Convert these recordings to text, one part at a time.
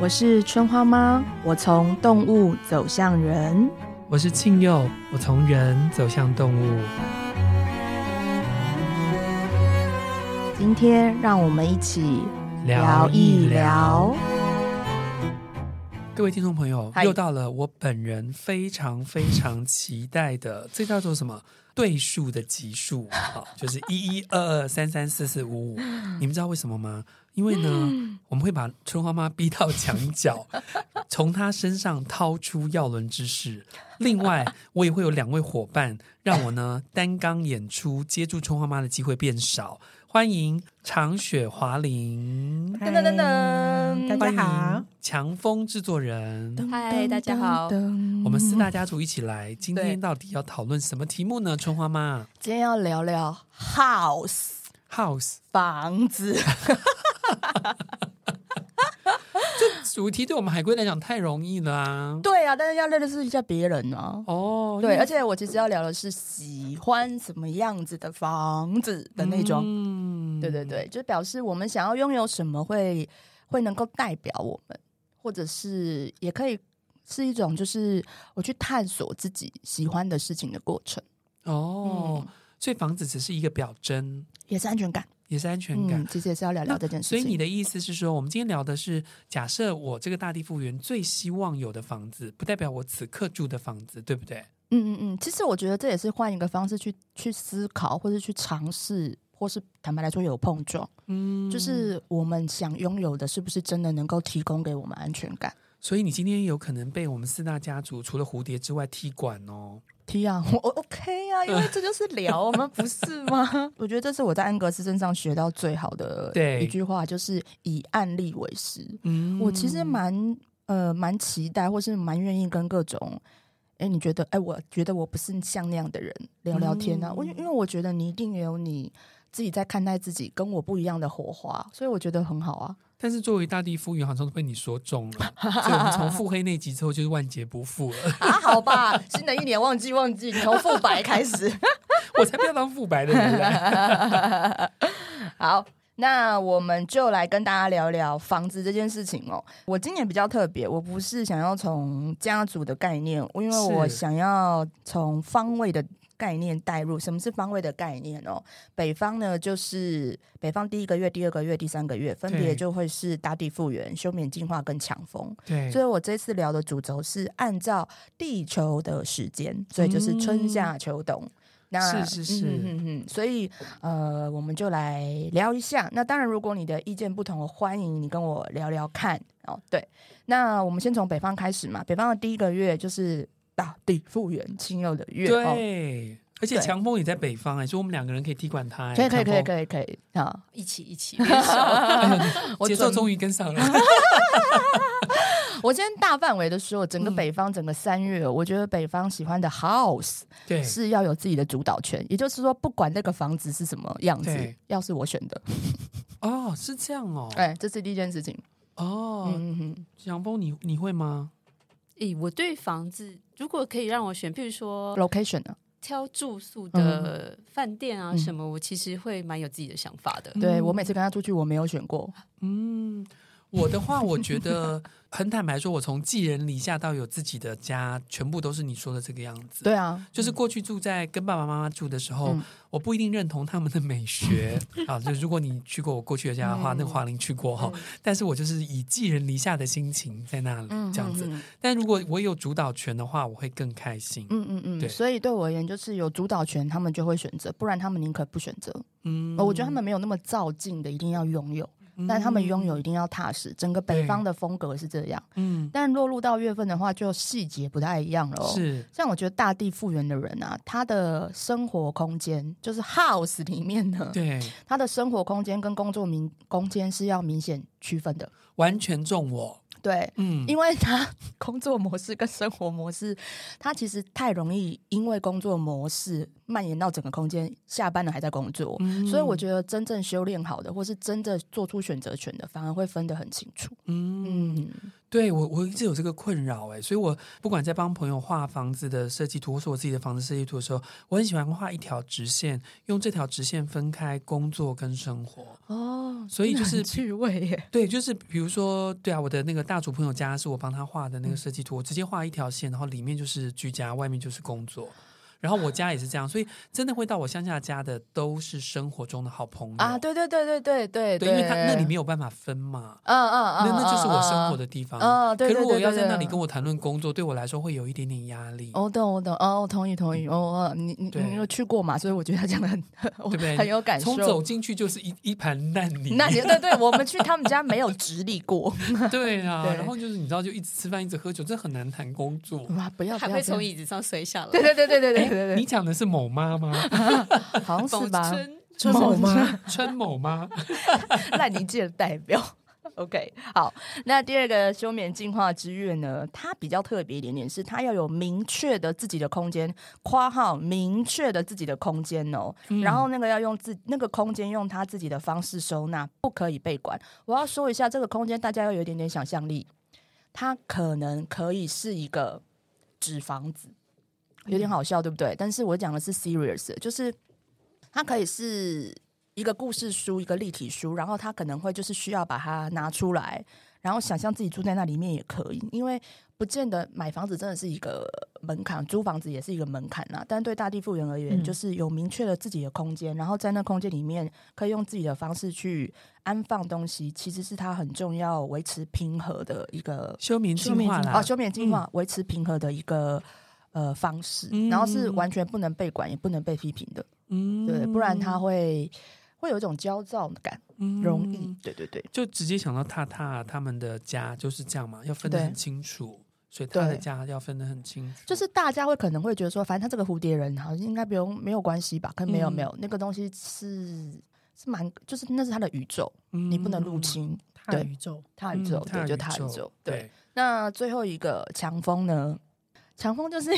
我是春花妈，我从动物走向人。 我是庆佑，我从人走向动物。 今天让我们一起聊一聊。 各位听众朋友，又到了我本人非常非常期待的，这叫做什么？对数的级数，就是1122334455。你们知道为什么吗？因为呢，我们会把春花妈逼到墙角，从她身上掏出药轮知识。另外，我也会有2位伙伴，让我呢单纲演出，接住春花妈的机会变少。欢迎长雪华玲， 噔噔噔噔，大家好。 强风制作人， 嗨，大家好。 我们4大家族一起来，今天到底要讨论什么题目呢？春花妈， 今天要聊聊 house 房子。 这主题对我们海龟来讲太容易了啊！ 对啊，但是要认识一下别人啊。 哦， 对，而且我其实要聊的是喜欢什么样子的房子的那种。对对对，就是表示我们想要拥有什么会能够代表我们，或者是也可以是一种就是我去探索自己喜欢的事情的过程。 哦，所以房子只是一个表征， 也是安全感。 也是安全感， 其实也是要聊聊这件事情。 所以你的意思是说，我们今天聊的是，假设我这个大地复原最希望有的房子，不代表我此刻住的房子，对不对？ 其实我觉得这也是换一个方式去思考，或是去尝试，或是坦白来说有碰撞。就是我们想拥有的，是不是真的能够提供给我们安全感？ 所以你今天有可能被我们4大家族除了蝴蝶之外踢馆哦。 踢啊，我 OK 啊，因为这就是聊我们不是吗？我觉得这是我在安格斯身上学到最好的一句话，就是以案例为师。我其实蛮期待，或是蛮愿意跟各种你觉得我觉得我不是像那样的人聊聊天啊。因为我觉得你一定有你自己在看待自己跟我不一样的火花，所以我觉得很好啊。 但是作为大地复原，好像都被你说中了，所以我们从腹黑那集之后就是万劫不复了。 好吧，新的一年忘记，你从复白开始。 我才不要当复白的人。 好，那我们就来跟大家聊聊房子这件事情哦。我今年比较特别，我不是想要从家族的概念，因为我想要从方位的概念带入。什么是方位的概念哦？北方呢，就是北方第1个月、第2个月、第3个月，分别就会是大地复原、休眠进化跟强风。 对， 所以我这次聊的主轴是按照地球的时间，所以就是春夏秋冬。 是， 所以我们就来聊一下。那当然，如果你的意见不同，欢迎你跟我聊聊看哦。对，那我们先从北方开始嘛。北方的第1个月就是大地复原庆佑的月， 对。而且强风也在北方所以我们2个人可以踢馆他。 可以啊， 一起联手。 节奏终于跟上了。 我今天大范围的说，整个北方整个3月，我觉得北方喜欢的 house 是要有自己的主导权，也就是说，不管那个房子是什么样子，要是我选的。 哦，是这样哦。 这是第一件事情。 哦，强风你会吗？ 我对房子如果可以让我选，譬如说 location 呢？ 挑住宿的饭店啊什么，我其实会蛮有自己的想法的。 对，我每次跟他出去，我没有选过。 我的话，我觉得很坦白说，我从寄人篱下到有自己的家，全部都是你说的这个样子。 对啊， 就是过去住在跟爸爸妈妈住的时候，我不一定认同他们的美学就如果你去过我过去的家的话，那个华玲去过但是我就是以寄人篱下的心情在那里这样子。但如果我有主导权的话，我会更开心。对， 所以对我而言，就是有主导权，他们就会选择，不然他们宁可不选择。我觉得他们没有那么躁进的，一定要拥有。但他们拥有一定要踏实，整个北方的风格是这样。但落入到月份的话，就细节不太一样了。 是， 像我觉得大地复原的人啊，他的生活空间就是 house 里面的， 对， 他的生活空间跟工作空间是要明显区分的， 完全中我。 对，因为他工作模式跟生活模式，他其实太容易因为工作模式蔓延到整个空间，下班了还在工作。所以我觉得真正修炼好的，或是真的做出选择权的，反而会分得很清楚。 对，我一直有这个困扰所以我不管在帮朋友画房子的设计图，或是我自己的房子设计图的时候，我很喜欢画一条直线，用这条直线分开工作跟生活。所以就是趣味耶。 对，就是比如说，对啊，我的那个大主朋友家是我帮他画的那个设计图，我直接画一条线，然后里面就是居家，外面就是工作。然后我家也是这样，所以真的会到我乡下家的都是生活中的好朋友啊！对，因为他那里没有办法分嘛，那就是我生活的地方。可如果要在那里跟我谈论工作，对我来说会有一点点压力。 我懂，我同意。你有去过嘛？所以我觉得他讲的对不对？很有感受。 从走进去就是一盘烂泥。 对，我们去他们家没有直立过。 对啊，然后就是你知道，就一直吃饭，一直喝酒，这很难谈工作。 哇，不要， 还会从椅子上摔下来。 对。 你讲的是某妈吗？ 好像是吧？ 春某妈， 烂泥界的代表。OK， 好，那第二个休眠进化之月呢，它比较特别一点点，是它要有明确的自己的空间（括号明确的自己的空间哦），然后那个要用那个空间用它自己的方式收纳，不可以被管。我要说一下，这个空间大家要有一点点想象力，它可能可以是一个纸房子。有点好笑，对不对？但是我讲的是 serious， 就是它可以是一个故事书，一个立体书，然后它可能会就是需要把它拿出来，然后想象自己住在那里面也可以，因为不见得买房子真的是一个门槛，租房子也是一个门槛啦。但对大地复原而言，就是有明确的自己的空间，然后在那空间里面可以用自己的方式去安放东西，其实是它很重要维持平和的一个休眠进化啦。 休眠进化维持平和的一个方式，然后是完全不能被管，也不能被批评的。对，不然它会有一种焦躁感，容易。对， 就直接想到他们的家就是这样嘛，要分得很清楚，所以他的家要分得很清楚。 就是大家可能会觉得说，反正他这个蝴蝶人好像应该没有关系吧？可没有，那个东西是蛮，就是那是他的宇宙，你不能入侵。 他宇宙， 对，就他宇宙。对，那最后一个强风呢？强风就是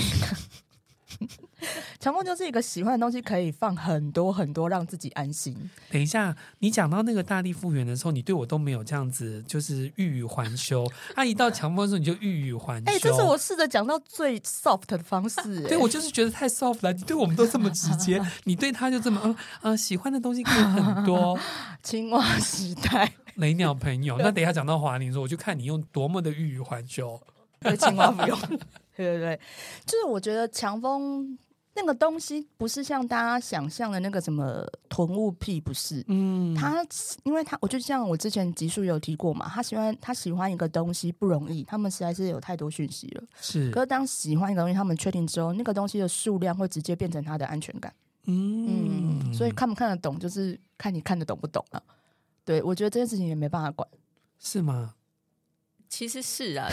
一个喜欢的东西，可以放很多很多，让自己安心。 等一下，你讲到那个大地复原的时候，你对我都没有这样子，就是欲语还休。一到强风的时候，你就欲语还休。 这是我试着讲到最 soft 的方式。 对，我就是觉得太 soft 了。你对我们都这么直接，你对他就这么喜欢的东西可以很多。 青蛙时代， 雷鸟朋友。那等一下讲到华玲的时候，我就看你用多么的欲语还休。 对，青蛙不用。对，就是我觉得强风那个东西不是像大家想象的那个什么囤物癖，不是。因为他我就像我之前集数有提过嘛，他喜欢一个东西不容易，他们实在是有太多讯息了。 是， 可是当喜欢一个东西，他们确定之后，那个东西的数量会直接变成他的安全感。所以看不看得懂，就是看你看得懂不懂了。对，我觉得这件事情也没办法管， 是吗？ 其实是啊，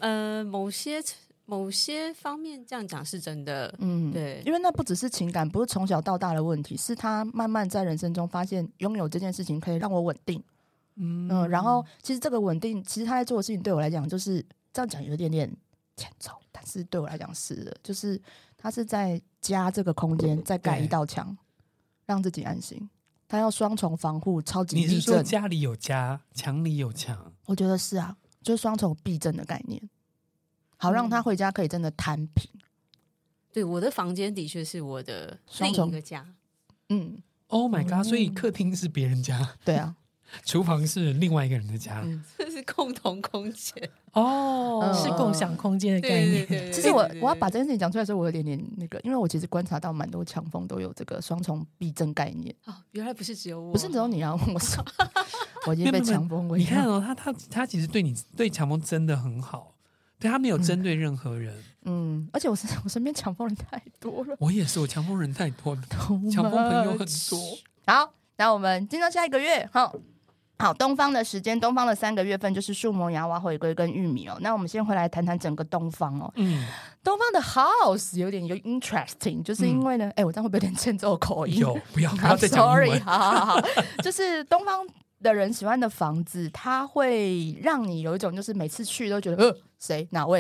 某些方面这样讲是真的。对， 因为那不只是情感，不是从小到大的问题，是他慢慢在人生中发现拥有这件事情可以让我稳定。然后其实这个稳定，其实他在做的事情对我来讲，就是这样讲有点点欠揍，但是对我来讲是的，就是他是在家这个空间再盖一道墙，让自己安心。他要双重防护，超级避震。 你是说家里有家，墙里有墙？ 我觉得是啊，就是双重避震的概念，好让他回家可以真的摊平。 对，我的房间的确是我的另一个家。 Oh my god！ 所以客厅是别人家， 对啊， 厨房是另外一个人的家， 这是共同空间是共享空间的概念。 对， 其实我要把这件事情讲出来的时候，我有点那个，因为我其实观察到蛮多强风都有这个双重避震概念。 原来不是只有我， 不是只有你啊！我已经被强风你看他其实对强风真的很好。对，他没有针对任何人。 而且我身边强风人太多了。 我也是，我强风人太多了，强风朋友很多。 好，那我们进到下一个月。好，东方的时间，东方的3个月份就是树萌芽娃、回归跟玉米哦。那我们先回来谈谈整个东方哦。东方的 house 有点interesting， 就是因为呢，我这样会不会有点欠揍口音？ 不要再讲英文。 Sorry， 好，就是东方的人喜欢的房子，它会让你有一种就是每次去都觉得谁哪位，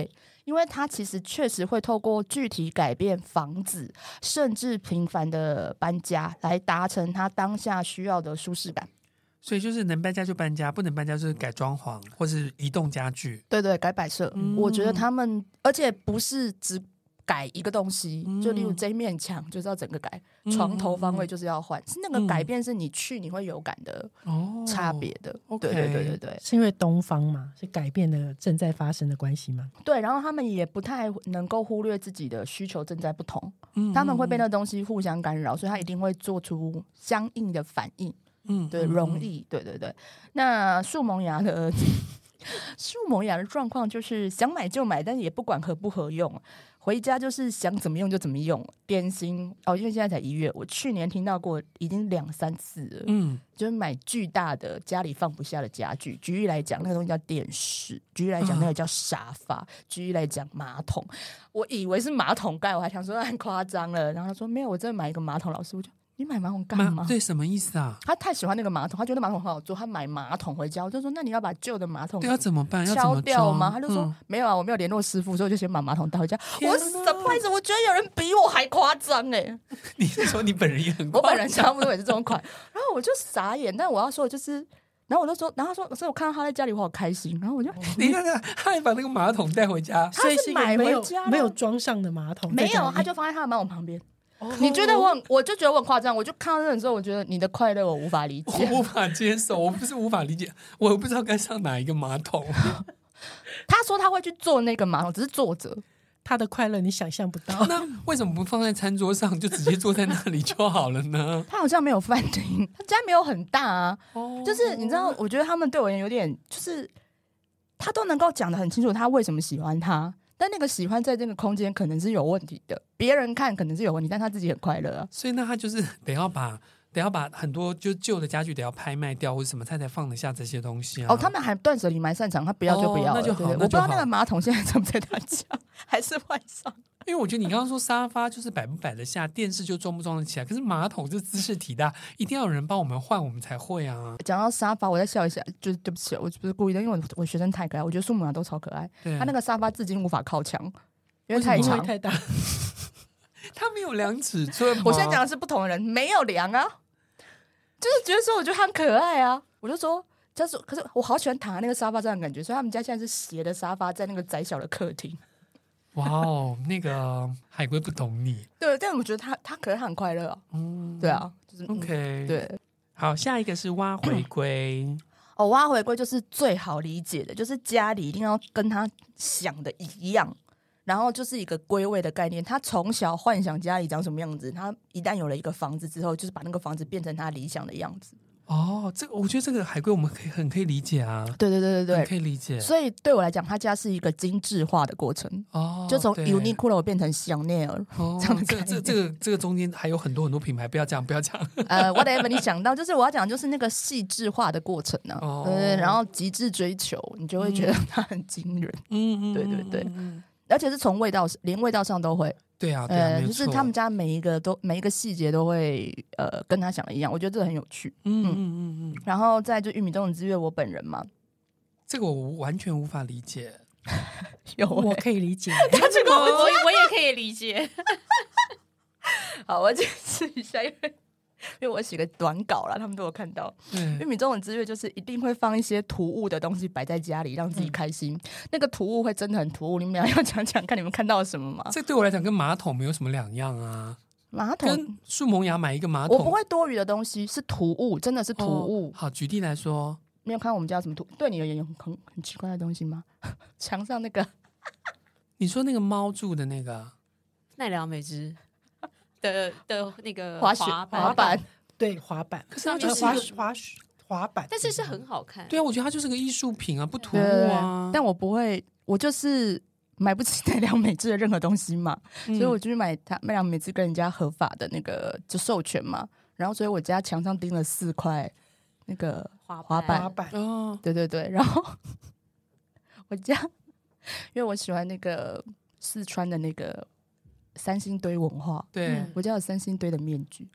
因为它其实确实会透过具体改变房子，甚至频繁的搬家，来达成他当下需要的舒适感。 所以就是能搬家就搬家，不能搬家就是改装潢或是移动家具。 对对，改摆设。我觉得他们，而且不是只改一个东西，就例如这一面墙就是要整个改，床头方位就是要换，是那个改变是你你会有感的差别的。对对对对对， 是因为东方嘛，是改变的正在发生的关系吗？ 对，然后他们也不太能够忽略自己的需求正在不同，他们会被那东西互相干扰，所以他一定会做出相应的反应。对，容易，对对对。那树萌芽的状况就是想买就买，但也不管合不合用，回家就是想怎么用就怎么用。典型因为现在才1月，我去年听到过已经2、3次了。就是买巨大的家里放不下的家具，举例来讲，那个东西叫电视；举例来讲，那个叫沙发；举例来讲，马桶。我以为是马桶盖，我还想说很夸张了。然后他说没有，我真的买一个马桶。老师，我就。你买马桶干嘛？ 对，什么意思啊？ 他太喜欢那个马桶，他觉得马桶很好坐，他买马桶回家。我就说，那你要把旧的马桶对要怎么办？ 敲掉吗？他就说、没有啊，我没有联络师傅，所以我就先把马桶带回家。我 surprise， 我觉得有人比我还夸张哎！ 你是说你本人也很夸张？ 我本人差不多也是这种款。然后我就傻眼，但我要说的就是，然后我就说，然后他说，所以我看到他在家里，我好开心。然后我就， 你看看，他还把那个马桶带回家， 他是买回家没有装上的马桶， 没有，他就放在他的马桶旁边。你觉得我就觉得我很夸张，我就看到那种之后，我觉得你的快乐我无法理解， 我无法接受。我不是无法理解，我不知道该上哪一个马桶。 他说他会去坐那个马桶，只是坐着。 他的快乐你想象不到。 那为什么不放在餐桌上，就直接坐在那里就好了呢？ 他好像没有饭厅，他家没有很大啊。就是你知道，我觉得他们对我有点，就是他都能够讲得很清楚，他为什么喜欢他。但那个喜欢在这个空间可能是有问题的，别人看可能是有问题，但他自己很快乐啊。 所以那他就是得要把很多就旧的家具得要拍卖掉或者什么，他才放得下这些东西啊。 他们还断舍离蛮擅长，他不要就不要了。 那就好。 我不知道那个马桶现在在不在他家，还是外上。 因为我觉得你刚刚说沙发就是摆不摆得下，电视就装不装得起来，可是马桶这姿势体大，一定要有人帮我们换，我们才会啊。 讲到沙发，我再笑一下，就是对不起，我不是故意的，因为我学生太可爱，我觉得树木都超可爱。他那个沙发至今无法靠墙，因为太长太大。 他没有量尺寸吗？ 我现在讲的是不同的人，没有量啊，就是觉得说我觉得他很可爱啊，我就说。可是我好喜欢躺在那个沙发上的感觉，所以他们家现在是斜的沙发，在那个窄小的客厅。 哇哦，那个海龟不懂你。 对，但我觉得他可能很快乐啊。对啊，就是 OK。 对， 好，下一个是挖回归。 挖回归就是最好理解的，就是家里一定要跟他想的一样，然后就是一个归位的概念。他从小幻想家里长什么样子，他一旦有了一个房子之后，就是把那个房子变成他理想的样子。 这个我觉得这个海龟我们很可以理解啊。 对对对对对， 可以理解。 所以对我来讲，他家是一个精致化的过程。就从 Uniqlo 变成香奈儿这样的概念。 这个中间还有很多品牌，不要讲。 whatever 你想到，就是我要讲，就是那个细致化的过程呢。对，然后极致追求，你就会觉得它很惊人。对对对，而且是从连味道上都会。 对啊， 就是他们家每一个细节都会跟他想的一样，我觉得这很有趣。然后再就玉米中的之月，我本人嘛， 这个我完全无法理解。 我可以理解， 他这个我也可以理解。 好，我解释一下，因为我写个短稿啦，他们都有看到。玉米中的之月就是一定会放一些突兀的东西摆在家里，让自己开心。那个突兀会真的很突兀，你们俩要讲讲看，你们看到了什么吗？ 这对我来讲跟马桶没有什么两样啊。 马桶跟树萌芽买一个马桶， 我不会多余的东西，是突兀，真的是突兀。 好，举例来说， 没有看我们家什么突？对你而言有很奇怪的东西吗？墙上那个， 你说那个猫住的那个奈良美智的那个滑板， 对，滑板， 可是它就是滑板， 但是很好看。 对啊，我觉得它就是个艺术品啊，不突兀啊。 但我不会，我就是买不起奈良美智的任何东西嘛，所以我就去买奈良美智跟人家合法的那个就授权嘛。然后所以我家墙上钉了4块那个滑板。对对对，然后我家因为我喜欢那个四川的那个三星堆文化， 对， 我家有三星堆的面具。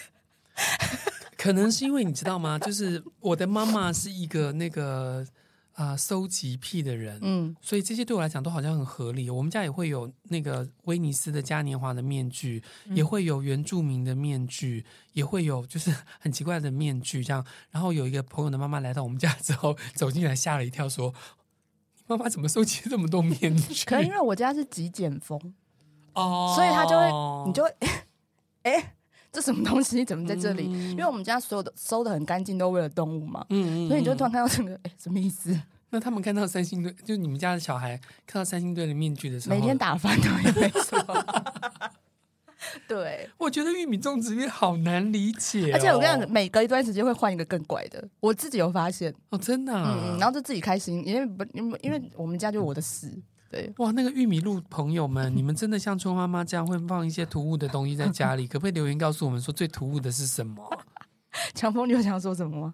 可能是因为你知道吗？就是我的妈妈是一个那个搜集癖的人，所以这些对我来讲都好像很合理。我们家也会有那个威尼斯的嘉年华的面具，也会有原住民的面具，也会有就是很奇怪的面具这样。然后有一个朋友的妈妈来到我们家之后走进来吓了一跳，说：“你妈妈怎么收集这么多面具？” 可能因为我家是极简风所以他就会你就会这什么东西怎么在这里？因为我们家所有的收的很干净，都为了动物嘛，所以你就突然看到这个，什么意思？ 那他们看到三星堆，就你们家的小孩看到三星堆的面具的时候， 每天打翻都也没错。对， 我觉得玉米种植业好难理解而且我跟你讲，每隔一段时间会换一个更怪的，我自己有发现真的然后就自己开心，因为我们家就是我的事。对， 哇，那个玉米露朋友们，你们真的像春花妈这样会放一些突兀的东西在家里？可不可以留言告诉我们说最突兀的是什么？ 强风，你有想说什么吗？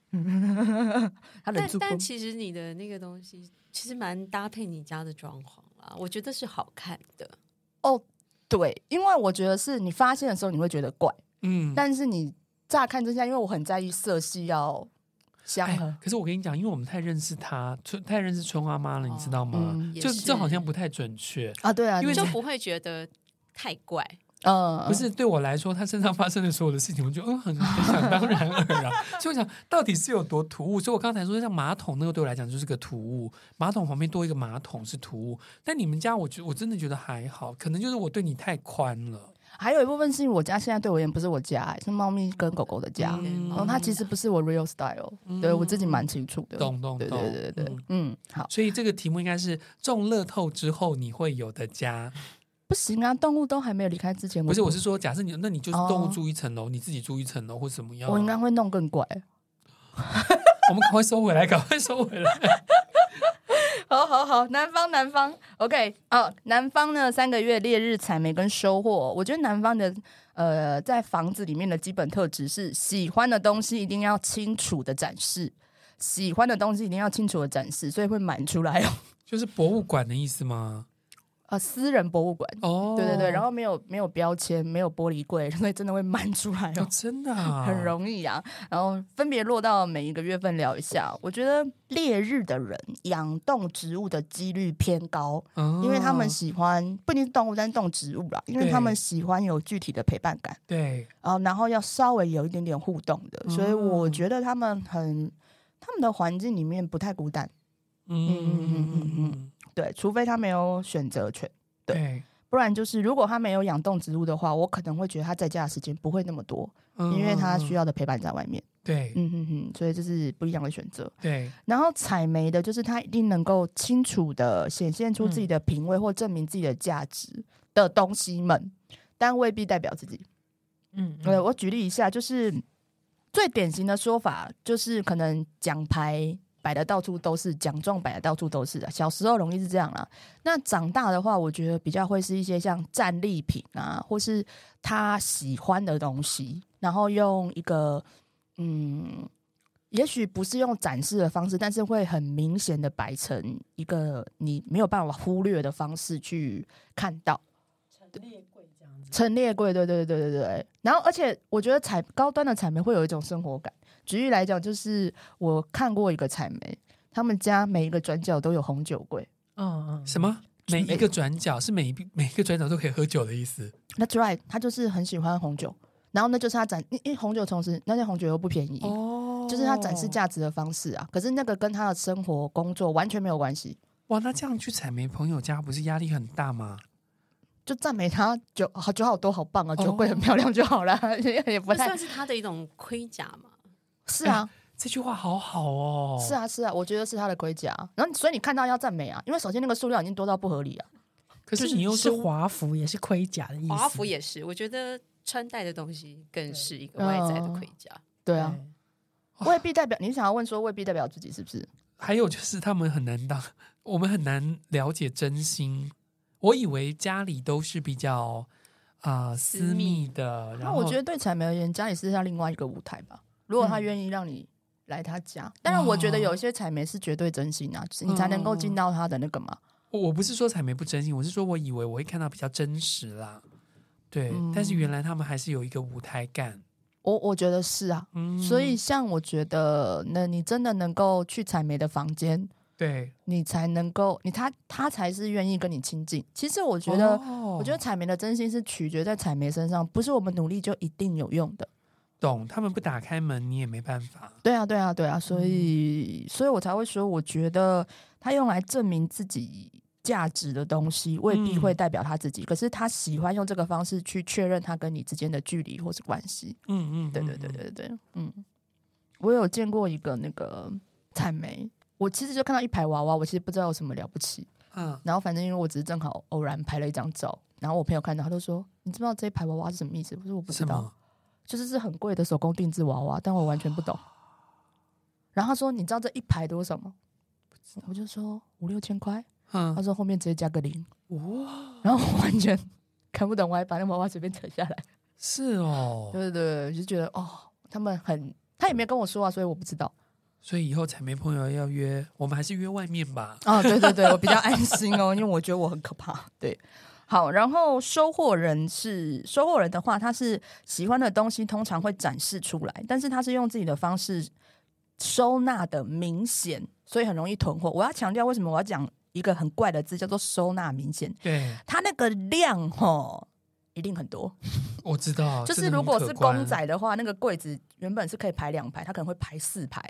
但其实你的那个东西其实蛮搭配你家的装潢啦，我觉得是好看的。 对，因为我觉得是你发现的时候你会觉得怪，但是你乍看之下，因为我很在意色系要相合。 可是我跟你讲，因为我们太认识她，太认识春花妈了，你知道吗？就这好像不太准确啊。对啊， 因为就不会觉得太怪。 不是对我来说，他身上发生的所有的事情，我就很想当然尔啊。所以我想到底是有多突兀？所以我刚才说像马桶那个对我来讲就是个突兀，马桶旁边多一个马桶是突兀。但你们家我真的觉得还好，可能就是我对你太宽了。 还有一部分是因为我家现在对我而言不是我家，是猫咪跟狗狗的家，然后它其实不是我 real style，对我自己蛮清楚的。 懂， 对，好。 所以这个题目应该是中乐透之后你会有的家。 不行啊，动物都还没有离开之前， 不是，我是说，假设那你就是动物住一层楼，你自己住一层楼或什么样？ 我应该会弄更怪。 我们赶快收回来，赶快收回来。 好，南方 ，OK， 南方呢3个月烈日采梅跟收获，我觉得南方的在房子里面的基本特质是喜欢的东西一定要清楚的展示，所以会满出来就是博物馆的意思吗？ 私人博物馆对，然后没有标签，没有玻璃柜，所以真的会满出来真的很容易啊。然后分别落到每一个月份聊一下。我觉得烈日的人养动植物的几率偏高，因为他们喜欢不一定是动物，但是动植物啦，因为他们喜欢有具体的陪伴感， 对， 然后要稍微有一点点互动的，所以我觉得他们的环境里面不太孤单。对，除非他没有选择权，对，不然就是如果他没有养动植物的话，我可能会觉得他在家的时间不会那么多，因为他需要的陪伴在外面。 对， 所以这是不一样的选择。 对， 然后采梅的就是他一定能够清楚的显现出自己的品味或证明自己的价值的东西们，但未必代表自己。我举例一下，就是最典型的说法就是可能奖牌摆的到处都是，奖状摆的到处都是啊。小时候容易是这样啦，那长大的话，我觉得比较会是一些像战利品啊，或是他喜欢的东西，然后用一个也许不是用展示的方式，但是会很明显的摆成一个你没有办法忽略的方式去看到。陈列柜，对。然后，而且我觉得高端的采梅会有一种生活感。举例来讲，就是我看过一个采梅，他们家每一个转角都有红酒柜。 什么？每一个转角是每一个转角都可以喝酒的意思 ？That's right， 他就是很喜欢红酒，然后那就是他因为红酒同时那些红酒又不便宜就是他展示价值的方式啊。可是那个跟他的生活工作完全没有关系。 哇，那这样去采梅朋友家不是压力很大吗？ 就赞美他酒好多好棒啊，酒柜很漂亮就好了，也不太算是他的一种盔甲嘛。 是啊， 这句话好好哦。 是啊，我觉得是他的盔甲。然后所以你看到要赞美啊，因为首先那个数量已经多到不合理啊。 可是你又是华服也是盔甲的意思， 华服也是，我觉得穿戴的东西更是一个外在的盔甲。 对啊，未必代表你想要问说未必代表自己是不是？ 还有就是他们很难我们很难了解真心。我以为家里都是比较私密的，然后我觉得对采梅而言，家里是他另外一个舞台吧。如果他愿意让你来他家，当然我觉得有一些采梅是绝对真心啊，你才能够进到他的那个嘛。 我不是说采梅不真心，我是说我以为我会看到比较真实啦，对，但是原来他们还是有一个舞台感。 我觉得是啊，所以像我觉得，那你真的能够去采梅的房间， 对， 你才能够，他才是愿意跟你亲近。其实我觉得，我觉得采梅的真心是取决在采梅身上，不是我们努力就一定有用的。 懂，他们不打开门，你也没办法。 对啊，所以我才会说，我觉得他用来证明自己价值的东西未必会代表他自己，可是他喜欢用这个方式去确认他跟你之间的距离或是关系。对，我有见过一个那个采梅，我其实就看到一排娃娃，我其实不知道有什么了不起。然后反正因为我只是正好偶然拍了一张照，然后我朋友看到，他就说：“你知不知道这一排娃娃是什么意思？”我说：“我不知道。”就是很贵的手工定制娃娃，但我完全不懂。然后他说：“你知道这一排多少吗？”我就说5-6千块。他说后面直接加个0。然后我完全看不懂，我还把那娃娃随便扯下来。是哦，对，就觉得他们他也没跟我说啊，所以我不知道。 所以以后采梅朋友要约，我们还是约外面吧。 对，我比较安心哦，因为我觉得我很可怕。对。好，然后收货人的话，他是喜欢的东西通常会展示出来，但是他是用自己的方式收纳的明显，所以很容易囤货。我要强调为什么我要讲一个很怪的字叫做收纳明显。 对， 他那个量一定很多。我知道，就是如果是公仔的话，那个柜子原本是可以排2排，他可能会排4排。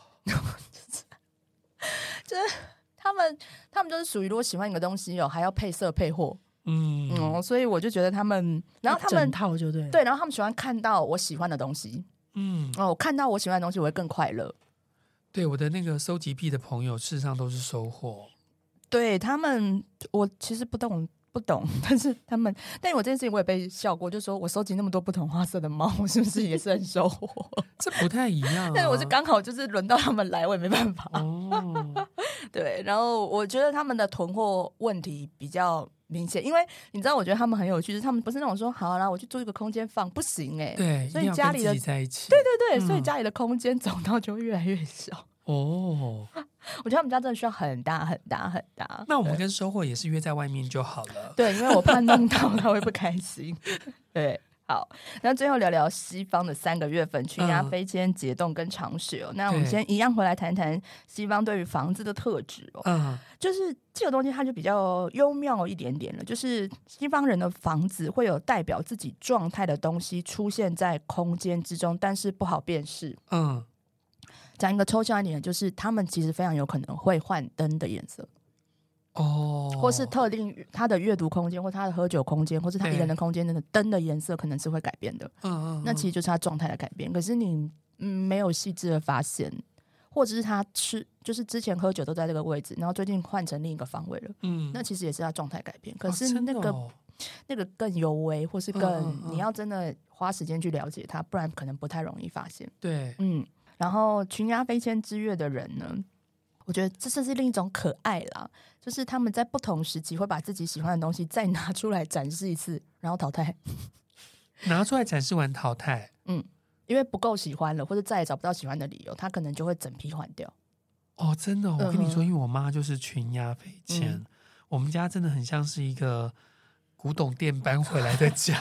就是他们就是属于如果喜欢一个东西还要配色配货。所以我就觉得他们，然后他们整套就对， 然后他们喜欢看到我喜欢的东西。我看到我喜欢的东西，我会更快乐。 对，我的那个收集癖的朋友，事实上都是收获。 对他们，我其实不懂，但是但我这件事情我也被笑过，就说我收集那么多不同花色的猫，我是不是也是很收获？ 这不太一样。 但是我是刚好就是轮到他们来，我也没办法。对，然后我觉得他们的囤货问题比较明显，因为你知道，我觉得他们很有趣，就是他们不是那种说好啦，我去租一个空间放，不行对， 所以家里的在一起， 对，所以家里的空间走道就会越来越小。我觉得他们家真的需要很大。 那我们跟收货也是约在外面就好了。 对，因为我怕弄到他会不开心。对。好，那最后聊聊西方的3个月份：群鸦、飞迁、结冻跟长雪。那我们先一样回来谈谈西方对于房子的特质就是这个东西它就比较幽妙一点点了，就是西方人的房子会有代表自己状态的东西出现在空间之中，但是不好辨识。讲一个抽象一点，就是他们其实非常有可能会换灯的颜色。或是特定他的阅读空间，或他的喝酒空间，或是他一个人的空间，那个灯的颜色可能是会改变的。那其实就是他状态的改变。可是你没有细致的发现，或者是他就是之前喝酒都在这个位置，然后最近换成另一个方位了。那其实也是他状态改变。可是那个更尤为，或是你要真的花时间去了解他，不然可能不太容易发现。 对， 然后群鸦飞迁之月的人呢，我觉得这是另一种可爱啦，就是他们在不同时期会把自己喜欢的东西再拿出来展示一次，然后淘汰。 拿出来展示完淘汰， 因为不够喜欢了，或者再也找不到喜欢的理由，他可能就会整批换掉。 真的，我跟你说，因为我妈就是群鸦飞迁，我们家真的很像是一个古董店搬回来的家。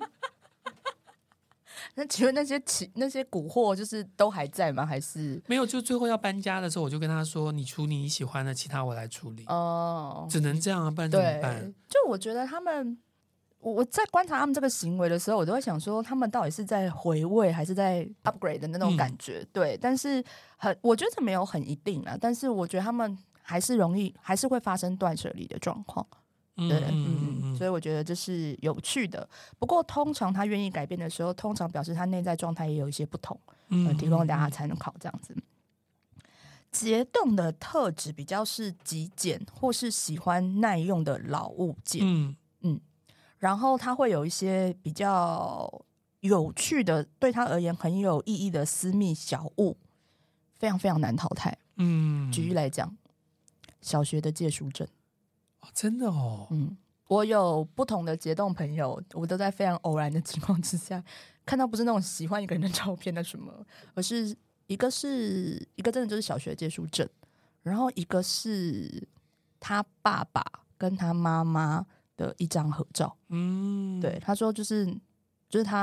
那请问那些古货就是都还在吗？还是没有？就最后要搬家的时候，我就跟他说：“你处理你喜欢的，其他我来处理。”只能这样啊，不然怎么办？ 就我觉得他们，我在观察他们这个行为的时候，我都会想说，他们到底是在回味还是在 upgrade 的那种感觉？对，但是我觉得没有很一定啊。但是我觉得他们还是会发生断舍离的状况。所以我觉得这是有趣的。不过通常他愿意改变的时候，通常表示他内在状态也有一些不同。提供大家参考这样子。结冻的特质比较是极简，或是喜欢耐用的老物件。然后他会有一些比较有趣的，对他而言很有意义的私密小物，非常非常难淘汰。举例来讲，小学的借书证。 真的我有不同的结冻朋友，我都在非常偶然的情况之下看到，不是那种喜欢一个人的照片的什么，而是一个真的就是小学借书证，然后一个是他爸爸跟他妈妈的一张合照。对，他说就是他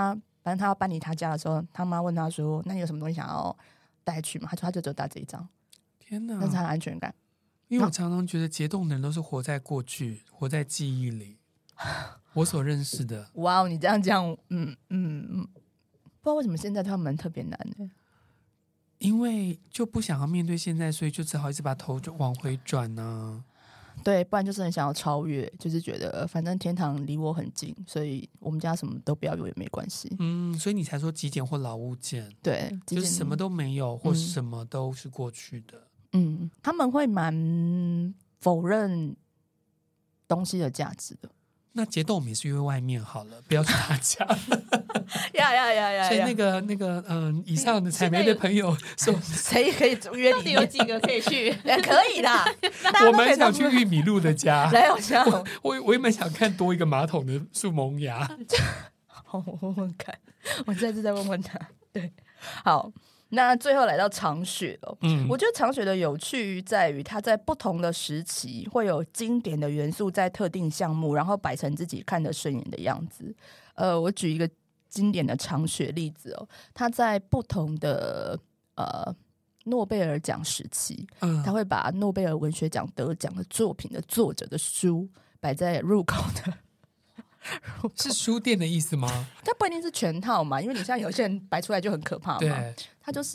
反正他要搬离他家的时候，他妈问他说：“那你有什么东西想要带去吗？”他说：“他就只有带这一张。” 天哪， 那是他的安全感。 因为我常常觉得结冻的人都是活在过去，活在记忆里。我所认识的， 哇哦，你这样讲，不知道为什么现在他们特别难呢？ 因为就不想要面对现在，所以就只好一直把头往回转啊。 对，不然就是很想要超越，就是觉得反正天堂离我很近，所以我们家什么都不要有也没关系。 所以你才说极简或老物件， 对， 就是什么都没有，或什么都是过去的。 他们会蛮否认东西的价值的。 那结冻我们也是约外面好了，不要去他家。 呀！ 所以那个以上的采梅的朋友说， 谁可以约你？ 有几个可以去？ 可以啦。 我蛮想去玉米露的家。 来， 我也蛮想看多一个马桶的树萌芽。 好，我问问看，我下次再问问他。对，好。那最后来到长雪了，我觉得长雪的有趣在于它在不同的时期会有经典的元素在特定项目，然后摆成自己看得顺眼的样子。我举一个经典的长雪例子哦，它在不同的诺贝尔奖时期，他会把诺贝尔文学奖得奖的作品的作者的书摆在入口的。 是书店的意思吗？ 它不一定是全套嘛，因为你像有些人摆出来就很可怕嘛。 对， 他就是，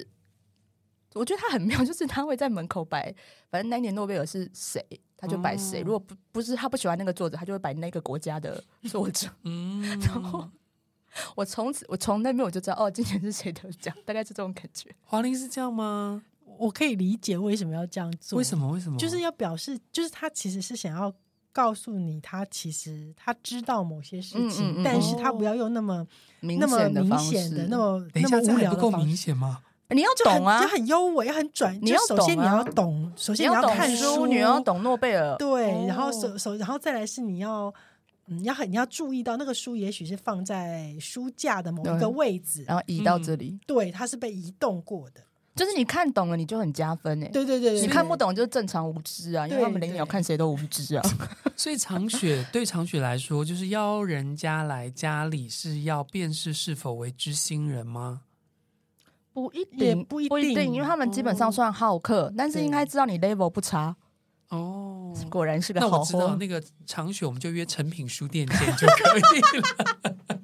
我觉得他很妙，就是他会在门口摆，反正那一年诺贝尔是谁，他就摆谁。如果不是他不喜欢那个作者，他就会摆那个国家的作者。然后我从那边我就知道，哦，今年是谁得奖，大概是这种感觉。 华玲是这样吗？ 我可以理解为什么要这样做。 为什么？ 就是要表示，就是他其实是想要告诉你，他其实他知道某些事情，但是他不要用那么明显的、那么无聊的方式。 不够明显吗？ 你要懂啊， 就很优美，很转。你要首先你要懂，首先你要看书， 你要懂诺贝尔。 对，然后再来是你要注意到那个书，也许是放在书架的某一个位置， 然后移到这里。 对，它是被移动过的。 就是你看懂了，你就很加分哎。 对， 你看不懂就是正常无知啊，因为他们连鸟看谁都无知啊。 所以对长雪来说，就是邀人家来家里是要辨识是否为知心人吗？ 不一定，因为他们基本上算好客，但是应该知道你 level 不差。哦，果然是个好货。 那我知道那个长雪，我们就约诚品书店见就可以了。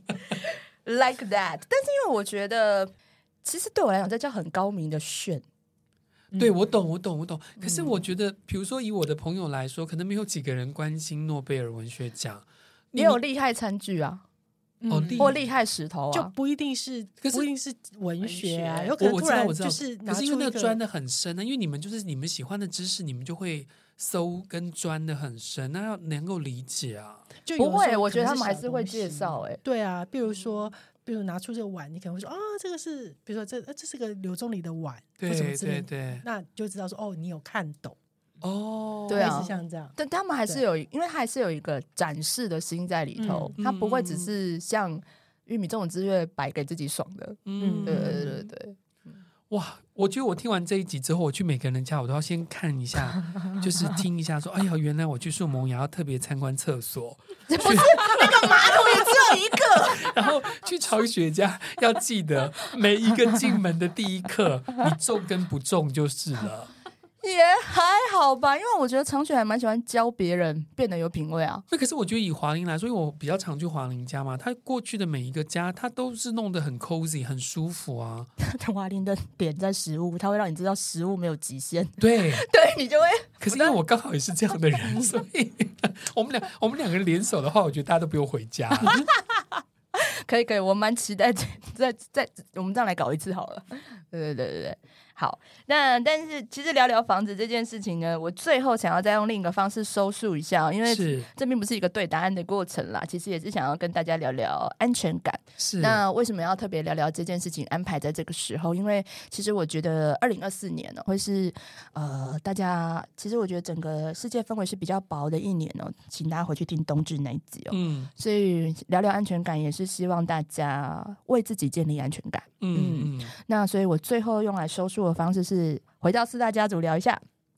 Like that， 但是因为我觉得。其实对我来讲，这叫很高明的炫。 对，我懂。可是我觉得，比如说以我的朋友来说，可能没有几个人关心诺贝尔文学奖， 也有厉害餐具啊，或厉害石头啊， 就不一定是文学啊。有可能我知道， 就是可是因为那个钻的很深呢，因为你们喜欢的知识，你们就会搜跟钻的很深，那要能够理解啊。 不会，我觉得他们还是会介绍。 对啊，比如拿出这个碗，你可能会说这个是，比如说这是个刘宗礼的碗，或什么之类的，对，那就知道说你有看懂哦， 对啊， 是像这样。 但他们还是有，因为他还是有一个展示的心在里头，他不会只是像玉米这种之月摆给自己爽的。对。 哇，我觉得我听完这一集之后，我去每个人家，我都要先看一下，就是听一下说，哎呀，原来我去树萌芽要特别参观厕所， 不是那个马桶也只有一个， 然后去长雪家要记得每一个进门的第一刻，你中跟不中就是了。 也还好吧，因为我觉得长雪还蛮喜欢教别人变得有品味啊。 可是我觉得以华玲来说，因为我比较常去华玲家嘛，他过去的每一个家，他都是弄得很 cozy 很舒服啊。 华玲的点在食物，他会让你知道食物没有极限。 对， 你就会。 可是因为我刚好也是这样的人，所以我们两个人联手的话，我觉得大家都不用回家。 可以，我蛮期待在我们这样来搞一次好了。对。好，但是其实聊房子这件事情呢，我最后想要再用另一个方式收束一下，因为这并不是一个对答案的过程啦，其实也是想要跟大家聊聊安全感。 是， 那为什么要特别聊聊这件事情安排在这个时候？因为其实我觉得2024年会是大家其实我觉得整个世界氛围是比较薄的一年请大家回去听冬至那一集所以聊聊安全感也是希望大家为自己建立安全感。那所以我最后用来收束的方式是回到四大家族聊一下。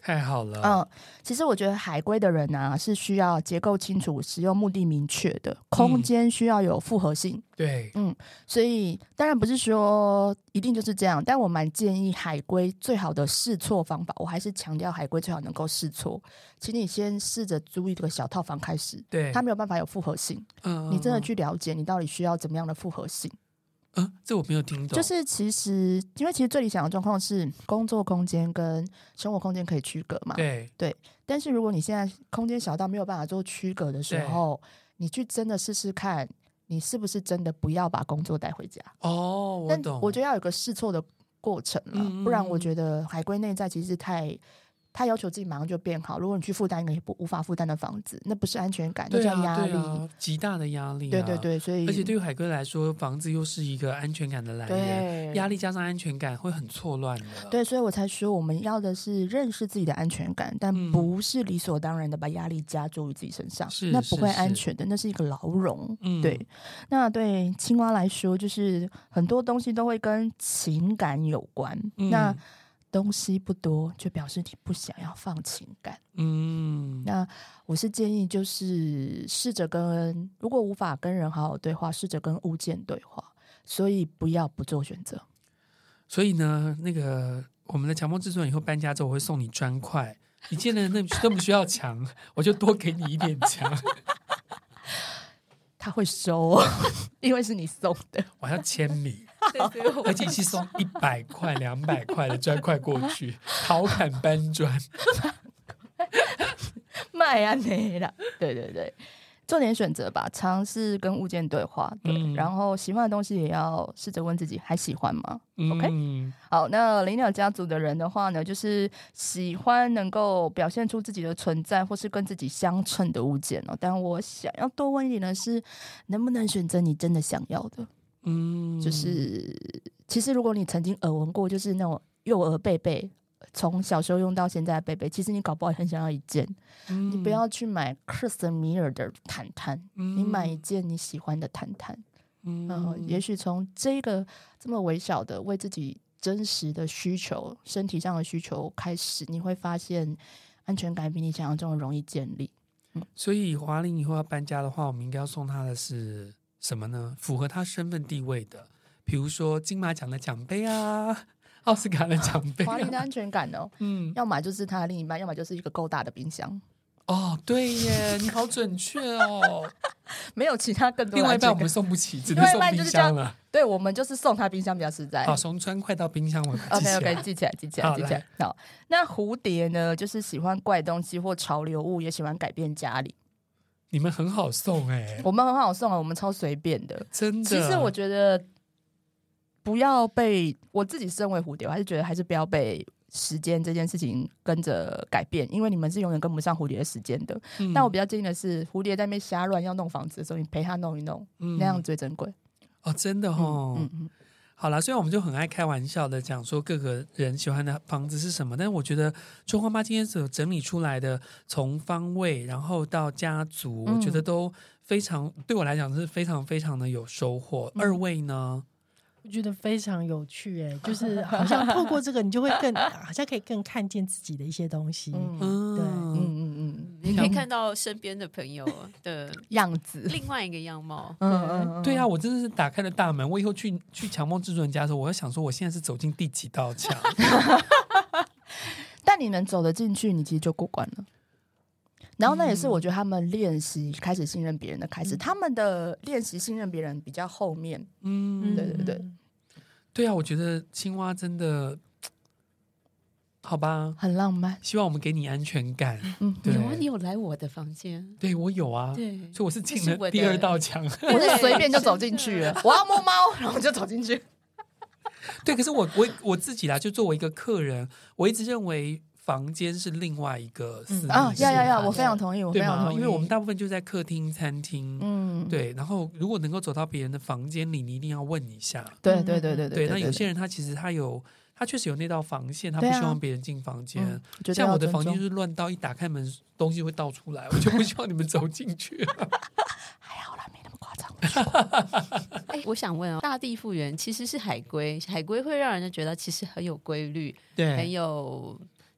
太好了。 其实我觉得海龟的人啊是需要结构清楚、使用目的明确的，空间需要有复合性。 对， 所以当然不是说一定就是这样，但我蛮建议海龟最好的试错方法，我还是强调海龟最好能够试错，请你先试着租一个小套房开始， 对， 它没有办法有复合性，你真的去了解你到底需要怎么样的复合性。 这我没有听懂。 就是因为最理想的状况是工作空间跟生活空间可以区隔嘛， 对， 但是如果你现在空间小到没有办法做区隔的时候，你去真的试试看，你是不是真的不要把工作带回家。 我懂。 但我觉得要有个试错的过程了，不然我觉得海龟内在其实他要求自己马上就变好，如果你去负担一个无法负担的房子，那不是安全感，那叫压力， 极大的压力。 对，所以而且对于海龟来说，房子又是一个安全感的来源，压力加上安全感会很错乱的。 对，所以我才说我们要的是认识自己的安全感，但不是理所当然的把压力加注于自己身上，那不会安全的，那是一个牢笼。对，那对青蛙来说，就是很多东西都会跟情感有关。那东西不多，就表示你不想要放情感。那我是建议就是试着如果无法跟人好好对话，试着跟物件对话，所以不要不做选择。 所以呢，那个我们的强迫制作人以后搬家之后，我会送你砖块，你见了那么需要墙，我就多给你一点墙。 他会收因为是你送的， 我要签名。而且是送100块、200块的砖块过去，陶侃搬砖， 卖啊你啦！对，做点选择吧，尝试跟物件对话，然后喜欢的东西也要试着问自己还喜欢吗？OK， 好，那灵鸟家族的人的话呢，就是喜欢能够表现出自己的存在，或是跟自己相称的物件哦。但我想要多问一点的是，能不能选择你真的想要的？就是其实如果你曾经耳闻过，就是那种幼儿贝贝，从小时候用到现在的贝贝，其实你搞不好很想要一件。你不要去买克什米尔的毯毯，你买一件你喜欢的毯毯。也许从这么微小的为自己真实的需求、身体上的需求开始，你会发现安全感比你想象中容易建立。 所以华玲以后要搬家的话，我们应该要送他的是什么呢？符合他身份地位的，比如说金马奖的奖杯啊，奥斯卡的奖杯， 华玲的安全感哦。要么就是他的另一半，要么就是一个够大的冰箱。 对耶，你好准确哦。 没有其他更多的安全感， 另外一半我们送不起，只能送冰箱了。 对，我们就是送他冰箱比较实在。 好，从砖块到冰箱我 OK， 记起来。好，那蝴蝶呢，就是喜欢怪东西或潮流物，也喜欢改变家里。 你们很好送我们很好送我们超随便的， 真的。 其实我觉得不要被我自己身为蝴蝶，我还是觉得还是不要被时间这件事情跟着改变，因为你们是永远跟不上蝴蝶的时间的。但我比较建议的是，蝴蝶在那边瞎乱要弄房子的时候，你陪他弄一弄，那样最珍贵。 真的好啦，虽然我们就很爱开玩笑的讲说各个人喜欢的房子是什么，但是我觉得春花妈今天所整理出来的，从方位然后到家族，我觉得都非常对我来讲是非常非常的有收获。二位呢？ 我觉得非常有趣就是好像透过这个，你就会好像可以更看见自己的一些东西。 你可以看到身边的朋友的样子， 另外一个样貌。 对啊，我真的是打开了大门。我以后去强梦制作人家的时候，我要想说，我现在是走进第几道墙？ 但你能走得进去，你其实就过关了。然后那也是我觉得他们练习开始信任别人的开始，他们的练习信任别人比较后面。 对啊，我觉得青蛙真的好吧， 很浪漫。 希望我们给你安全感。 你有来我的房间？ 对，我有啊。 对， 所以我是进了第二道墙， 我是随便就走进去了。我要摸猫，然后就走进去。 对，可是我自己啦，就作为一个客人，我一直认为房间是另外一个私密我非常同意，我非常同意， 因为我们大部分就在客厅、餐厅，对。然后如果能够走到别人的房间里，你一定要问一下。 对。 那有些人他其实他确实有那道防线，他不希望别人进房间。像我的房间就是乱到一打开门，东西会倒出来，我就不希望你们走进去。 还好啦，没那么夸张。 我想问大地复原其实是海龟，海龟会让人觉得其实很有规律， 对， 很有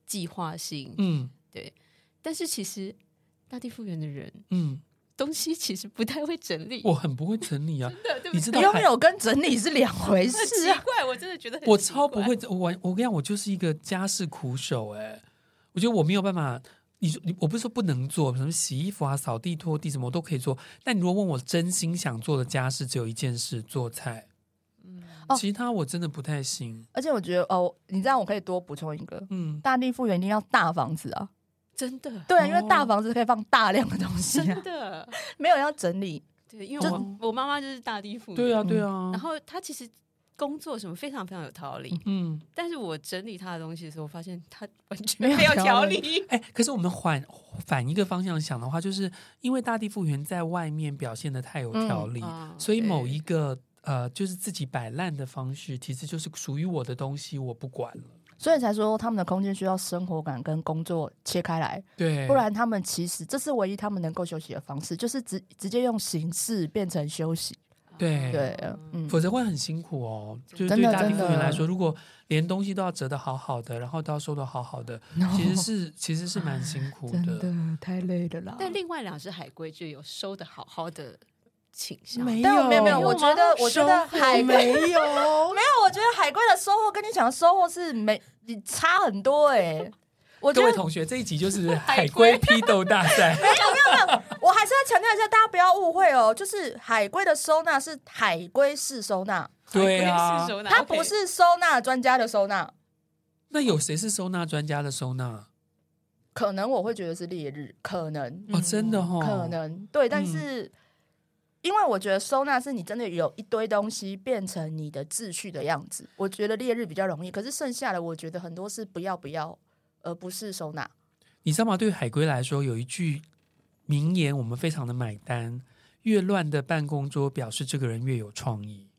计划性，对。但是其实大地复原的人，东西其实不太会整理。 我很不会整理啊， 真的，对不对？ 你知道拥有跟整理是两回事， 很奇怪，我真的觉得很奇怪。 我超不会，我跟你讲，我就是一个家事苦手我觉得我没有办法。我不是说不能做，什么洗衣服啊、扫地、拖地什么我都可以做。但你如果问我真心想做的家事，只有一件事：做菜。其他我真的不太行。 而且我觉得你这样我可以多补充一个，大地复原一定要大房子啊， 真的。 对，因为大房子可以放大量的东西， 真的没有人要整理。 对，因为我妈妈就是大地复原， 对啊，对啊。 然后她其实工作什么非常非常有条理，但是我整理她的东西的时候，我发现她完全没有条理。 可是我们反一个方向想的话，就是因为大地复原在外面表现的太有条理，所以某一个就是自己摆烂的方式，其实就是属于我的东西，我不管了。 所以才说他们的空间需要生活感跟工作切开来， 对， 不然他们其实这是唯一他们能够休息的方式，就是直接用形式变成休息。 对，否则会很辛苦哦。就是对大地复原来说，如果连东西都要折得好好的，然后都要收得好好的，其实是蛮辛苦的， 真的太累了啦。 但另外两只海龟就有收得好好的倾向， 没有，我觉得海龟没有，我觉得海龟的收获跟你讲的收获是差很多各位同学，这一集就是海龟批斗大赛。 没有，我还是要强调一下，大家不要误会就是海龟的收纳是海龟式收纳， 对啊， 它不是收纳专家的收纳。 那有谁是收纳专家的收纳？ 可能我会觉得是烈日，可能真的可能对，但是。因为我觉得收纳是你真的有一堆东西变成你的秩序的样子，我觉得烈日比较容易，可是剩下的我觉得很多是不要，而不是收纳。 你知道吗？对于海龟来说，有一句名言我们非常的买单：越乱的办公桌表示这个人越有创意。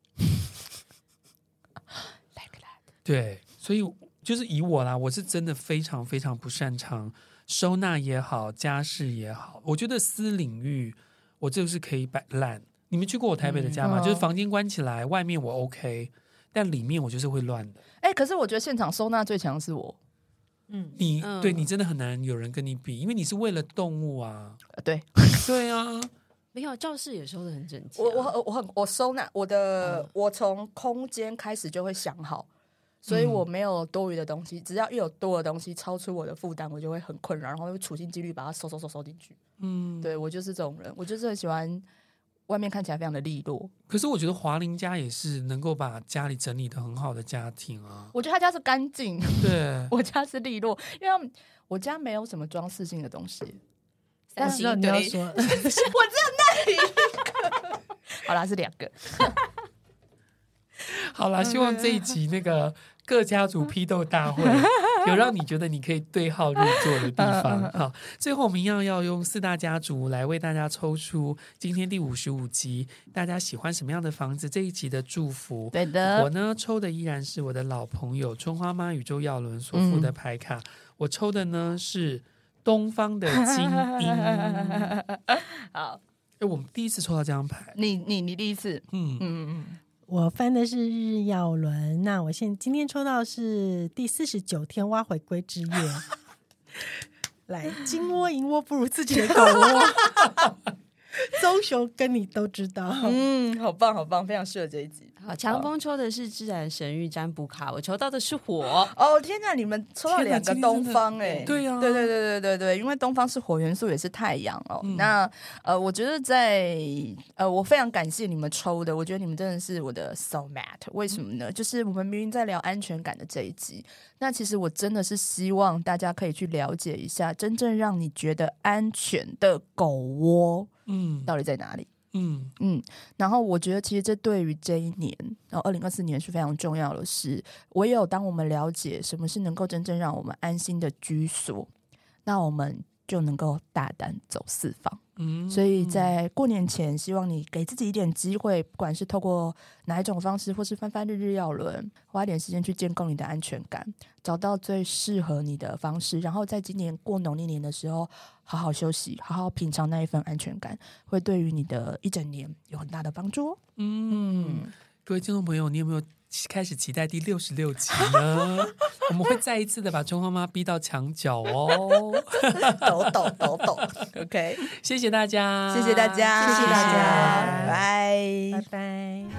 对，所以就是以我啦，我是真的非常非常不擅长收纳也好，家事也好，我觉得私领域我就是可以摆烂。你们去过我台北的家吗？就是房间关起来，外面我 OK， 但里面我就是会乱的。 可是我觉得现场收纳最强是我。 对你真的很难有人跟你比，因为你是为了动物啊。 对啊， 没有教室也收得很整齐。 我收纳我从空间开始就会想好，所以我没有多余的东西，只要一有多的东西超出我的负担，我就会很困扰，然后会处心积虑把它收进去。对，我就是这种人，我就是很喜欢外面看起来非常的利落。 可是我觉得华玲家也是能够把家里整理得很好的家庭啊。 我觉得他家是干净， 对， 我家是利落，因为我家没有什么装饰性的东西。 但是你要说， 我只有那一个，好啦，是2个。 好啦，希望这一集那个各家族批斗大会有让你觉得你可以对号入座的地方。好，最后我们要用4大家族来为大家抽出今天第55集大家喜欢什么样的房子这一集的祝福。 对的， 我呢抽的依然是我的老朋友春花妈宇宙耀伦所附的牌卡，我抽的呢是东方的精英。 好， 我们第一次抽到这张牌， 你第一次， 我翻的是日耀轮，那我今天抽到是第49天挖回归之夜。来，金窝银窝不如自己的狗窝。棕熊跟你都知道， 好棒好棒，非常适合这一集。 好，强风抽的是自然神域占卜卡，我抽到的是火。 哦天哪，你们抽到2个东方对啊， 对，因为东方是火元素，也是太阳哦。那我觉得我非常感谢你们抽的，我觉得你们真的是我的 soulmate。为什么呢？就是我们明明在聊安全感的这一集，那其实我真的是希望大家可以去了解一下，真正让你觉得安全的狗窝，到底在哪里？然后我觉得其实这对于这一年，然后2024年是非常重要的事。唯有当我们了解什么是能够真正让我们安心的居所，那我们就能够大胆走4方。所以在过年前，希望你给自己一点机会，不管是透过哪一种方式，或是翻日耀轮，花一点时间去建构你的安全感，找到最适合你的方式，然后在今年过农历年的时候好好休息，好好品尝那一份安全感，会对于你的一整年有很大的帮助。 各位听众朋友，你有没有开始期待第66集呢？我们会再一次的把春花妈逼到墙角哦， 抖 ，OK， 谢谢大家， 谢谢大家， 谢谢大家， 拜拜拜。